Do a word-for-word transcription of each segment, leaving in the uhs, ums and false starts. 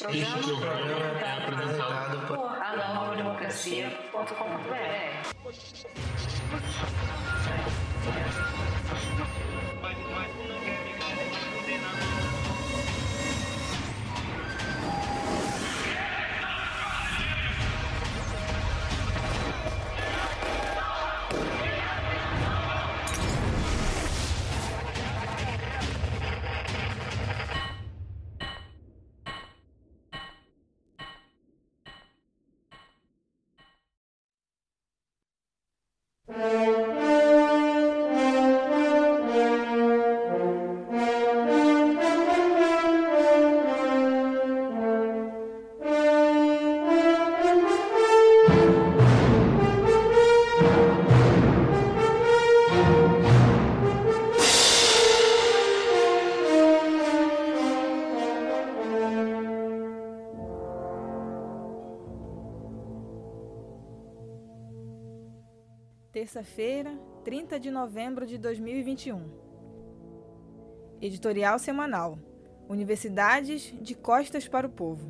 Este programa é apresentado por a nova democracia ponto com ponto b r. Terça-feira, trinta de novembro de dois mil e vinte e um. Editorial semanal. Universidades de costas para o povo.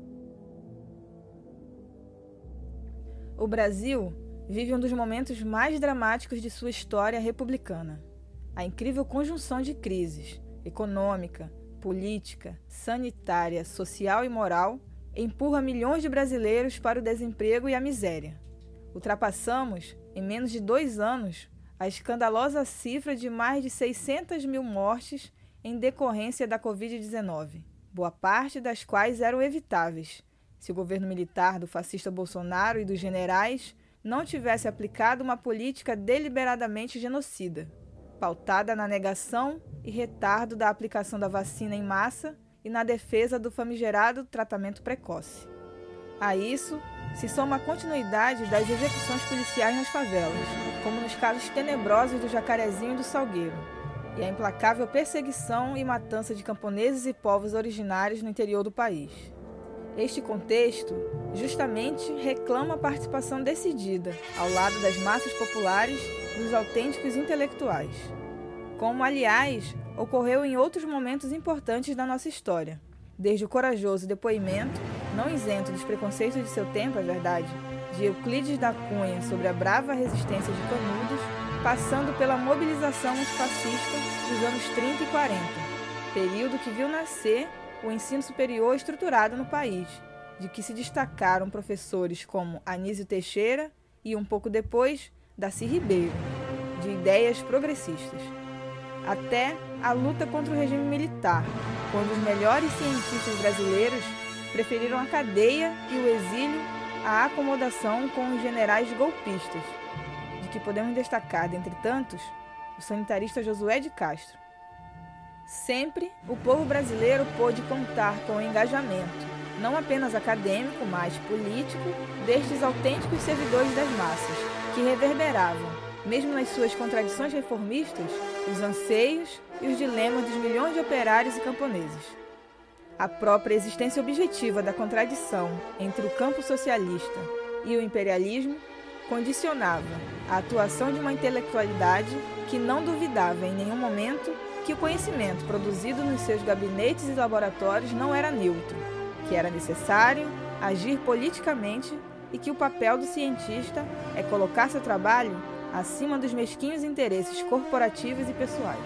O Brasil vive um dos momentos mais dramáticos de sua história republicana. A incrível conjunção de crises econômica, política, sanitária, social e moral empurra milhões de brasileiros para o desemprego e a miséria. Ultrapassamos, em menos de dois anos, a escandalosa cifra de mais de seiscentas mil mortes em decorrência da covid dezenove, boa parte das quais eram evitáveis, se o governo militar do fascista Bolsonaro e dos generais não tivesse aplicado uma política deliberadamente genocida, pautada na negação e retardo da aplicação da vacina em massa e na defesa do famigerado tratamento precoce. A isso se soma a continuidade das execuções policiais nas favelas, como nos casos tenebrosos do Jacarezinho e do Salgueiro, e a implacável perseguição e matança de camponeses e povos originários no interior do país. Este contexto justamente reclama a participação decidida, ao lado das massas populares, dos autênticos intelectuais. Como, aliás, ocorreu em outros momentos importantes da nossa história, desde o corajoso depoimento, não isento dos preconceitos de seu tempo, é verdade, de Euclides da Cunha sobre a brava resistência de Canudos, passando pela mobilização antifascista dos anos trinta e quarenta, período que viu nascer o ensino superior estruturado no país, de que se destacaram professores como Anísio Teixeira e, um pouco depois, Darcy Ribeiro, de ideias progressistas. Até a luta contra o regime militar, quando os melhores cientistas brasileiros preferiram a cadeia e o exílio à acomodação com os generais golpistas, de que podemos destacar, dentre tantos, o sanitarista Josué de Castro. Sempre o povo brasileiro pôde contar com o engajamento, não apenas acadêmico, mas político, destes autênticos servidores das massas, que reverberavam, mesmo nas suas contradições reformistas, os anseios e os dilemas dos milhões de operários e camponeses. A própria existência objetiva da contradição entre o campo socialista e o imperialismo condicionava a atuação de uma intelectualidade que não duvidava em nenhum momento que o conhecimento produzido nos seus gabinetes e laboratórios não era neutro, que era necessário agir politicamente e que o papel do cientista é colocar seu trabalho acima dos mesquinhos interesses corporativos e pessoais.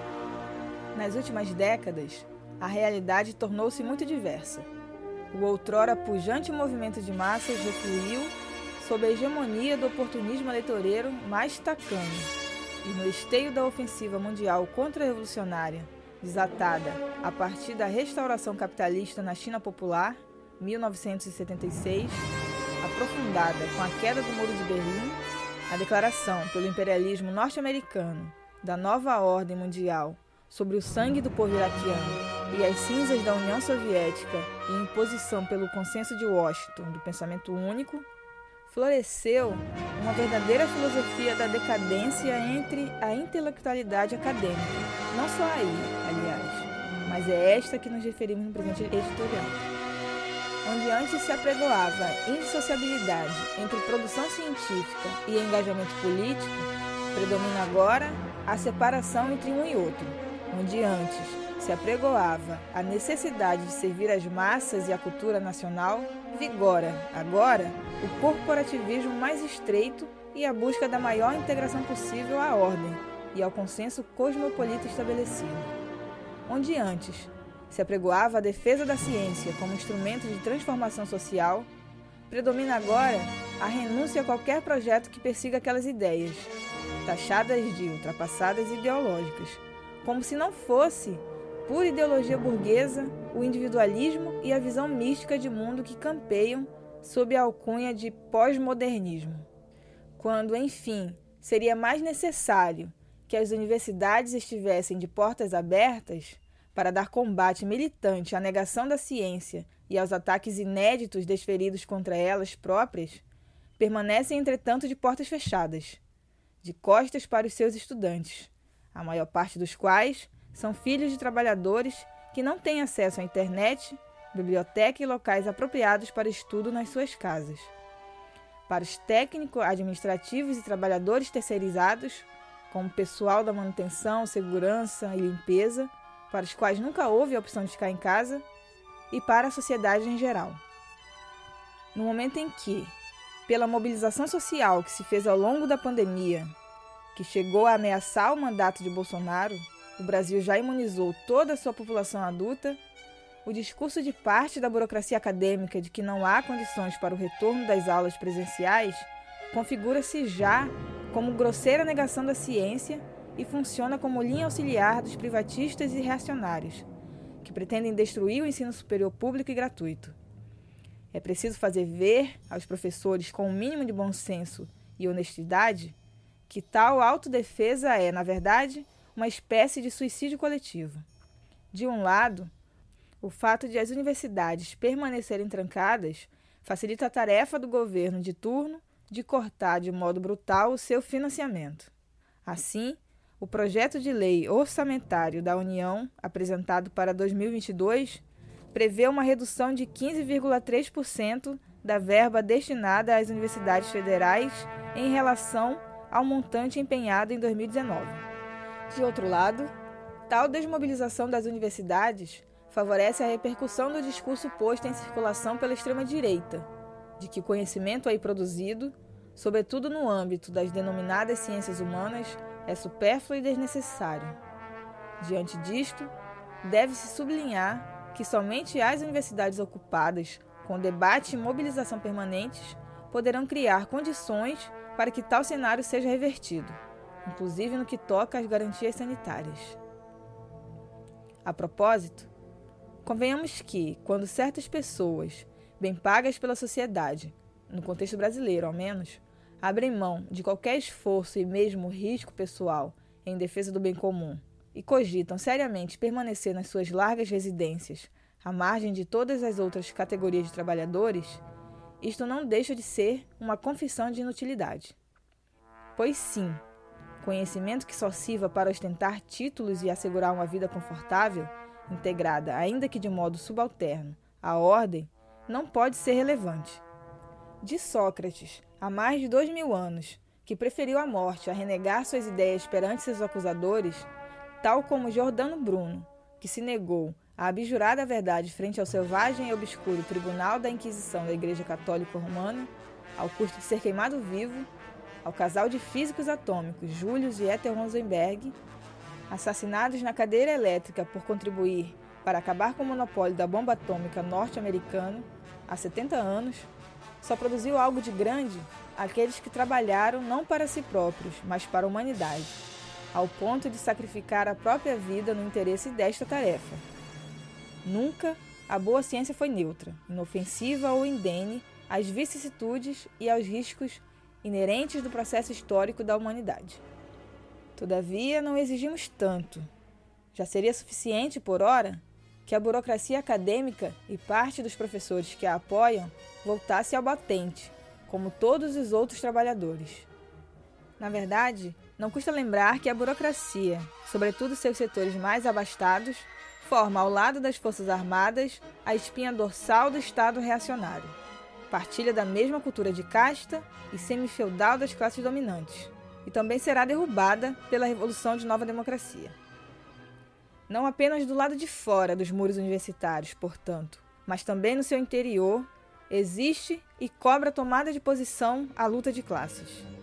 Nas últimas décadas, a realidade tornou-se muito diversa. O outrora pujante movimento de massas refluiu sob a hegemonia do oportunismo eleitoreiro mais tacanho, e no esteio da ofensiva mundial contra-revolucionária, desatada a partir da restauração capitalista na China Popular, mil novecentos e setenta e seis, aprofundada com a queda do Muro de Berlim, a declaração pelo imperialismo norte-americano da nova ordem mundial sobre o sangue do povo iraquiano e as cinzas da União Soviética e imposição pelo consenso de Washington do pensamento único, floresceu uma verdadeira filosofia da decadência entre a intelectualidade acadêmica. Não só aí, aliás, mas é esta que nos referimos no presente editorial. Onde antes se apregoava a indissociabilidade entre produção científica e engajamento político, predomina agora a separação entre um e outro, onde antes se apregoava a necessidade de servir as massas e a cultura nacional, vigora, agora, o corporativismo mais estreito e a busca da maior integração possível à ordem e ao consenso cosmopolita estabelecido. Onde antes se apregoava a defesa da ciência como instrumento de transformação social, predomina agora a renúncia a qualquer projeto que persiga aquelas ideias, taxadas de ultrapassadas e ideológicas, como se não fosse pura ideologia burguesa, o individualismo e a visão mística de mundo que campeiam sob a alcunha de pós-modernismo. Quando, enfim, seria mais necessário que as universidades estivessem de portas abertas para dar combate militante à negação da ciência e aos ataques inéditos desferidos contra elas próprias, permanecem, entretanto, de portas fechadas, de costas para os seus estudantes, a maior parte dos quais são filhos de trabalhadores que não têm acesso à internet, biblioteca e locais apropriados para estudo nas suas casas. Para os técnicos, administrativos e trabalhadores terceirizados, como pessoal da manutenção, segurança e limpeza, para os quais nunca houve a opção de ficar em casa, e para a sociedade em geral. No momento em que, pela mobilização social que se fez ao longo da pandemia, que chegou a ameaçar o mandato de Bolsonaro, o Brasil já imunizou toda a sua população adulta, o discurso de parte da burocracia acadêmica de que não há condições para o retorno das aulas presenciais configura-se já como grosseira negação da ciência e funciona como linha auxiliar dos privatistas e reacionários, que pretendem destruir o ensino superior público e gratuito. É preciso fazer ver aos professores com o mínimo de bom senso e honestidade que tal autodefesa é, na verdade, uma espécie de suicídio coletivo. De um lado, o fato de as universidades permanecerem trancadas facilita a tarefa do governo de turno de cortar de modo brutal o seu financiamento. Assim, o projeto de lei orçamentário da União, apresentado para dois mil e vinte e dois, prevê uma redução de quinze vírgula três por cento da verba destinada às universidades federais em relação ao montante empenhado em dois mil e dezenove. De outro lado, tal desmobilização das universidades favorece a repercussão do discurso posto em circulação pela extrema-direita, de que o conhecimento aí produzido, sobretudo no âmbito das denominadas ciências humanas, é supérfluo e desnecessário. Diante disto, deve-se sublinhar que somente as universidades ocupadas com debate e mobilização permanentes poderão criar condições para que tal cenário seja revertido, inclusive no que toca às garantias sanitárias. A propósito, convenhamos que, quando certas pessoas, bem pagas pela sociedade, no contexto brasileiro ao menos, abrem mão de qualquer esforço e mesmo risco pessoal em defesa do bem comum e cogitam seriamente permanecer nas suas largas residências, à margem de todas as outras categorias de trabalhadores, isto não deixa de ser uma confissão de inutilidade. Pois sim, conhecimento que só sirva para ostentar títulos e assegurar uma vida confortável, integrada, ainda que de modo subalterno, à ordem, não pode ser relevante. De Sócrates, há mais de dois mil anos, que preferiu a morte a renegar suas ideias perante seus acusadores, tal como Giordano Bruno, que se negou a abjurar da verdade frente ao selvagem e obscuro tribunal da Inquisição da Igreja Católica Romana, ao custo de ser queimado vivo, ao casal de físicos atômicos Julius e Ethel Rosenberg, assassinados na cadeira elétrica por contribuir para acabar com o monopólio da bomba atômica norte-americana há setenta anos, só produziu algo de grande aqueles que trabalharam não para si próprios, mas para a humanidade, ao ponto de sacrificar a própria vida no interesse desta tarefa. Nunca a boa ciência foi neutra, inofensiva ou indene às vicissitudes e aos riscos inerentes do processo histórico da humanidade. Todavia, não exigimos tanto. Já seria suficiente, por ora, que a burocracia acadêmica e parte dos professores que a apoiam voltasse ao batente, como todos os outros trabalhadores. Na verdade, não custa lembrar que a burocracia, sobretudo seus setores mais abastados, forma, ao lado das Forças Armadas, a espinha dorsal do Estado reacionário. Partilha da mesma cultura de casta e semifeudal das classes dominantes, e também será derrubada pela Revolução de Nova Democracia. Não apenas do lado de fora dos muros universitários, portanto, mas também no seu interior, existe e cobra tomada de posição a luta de classes.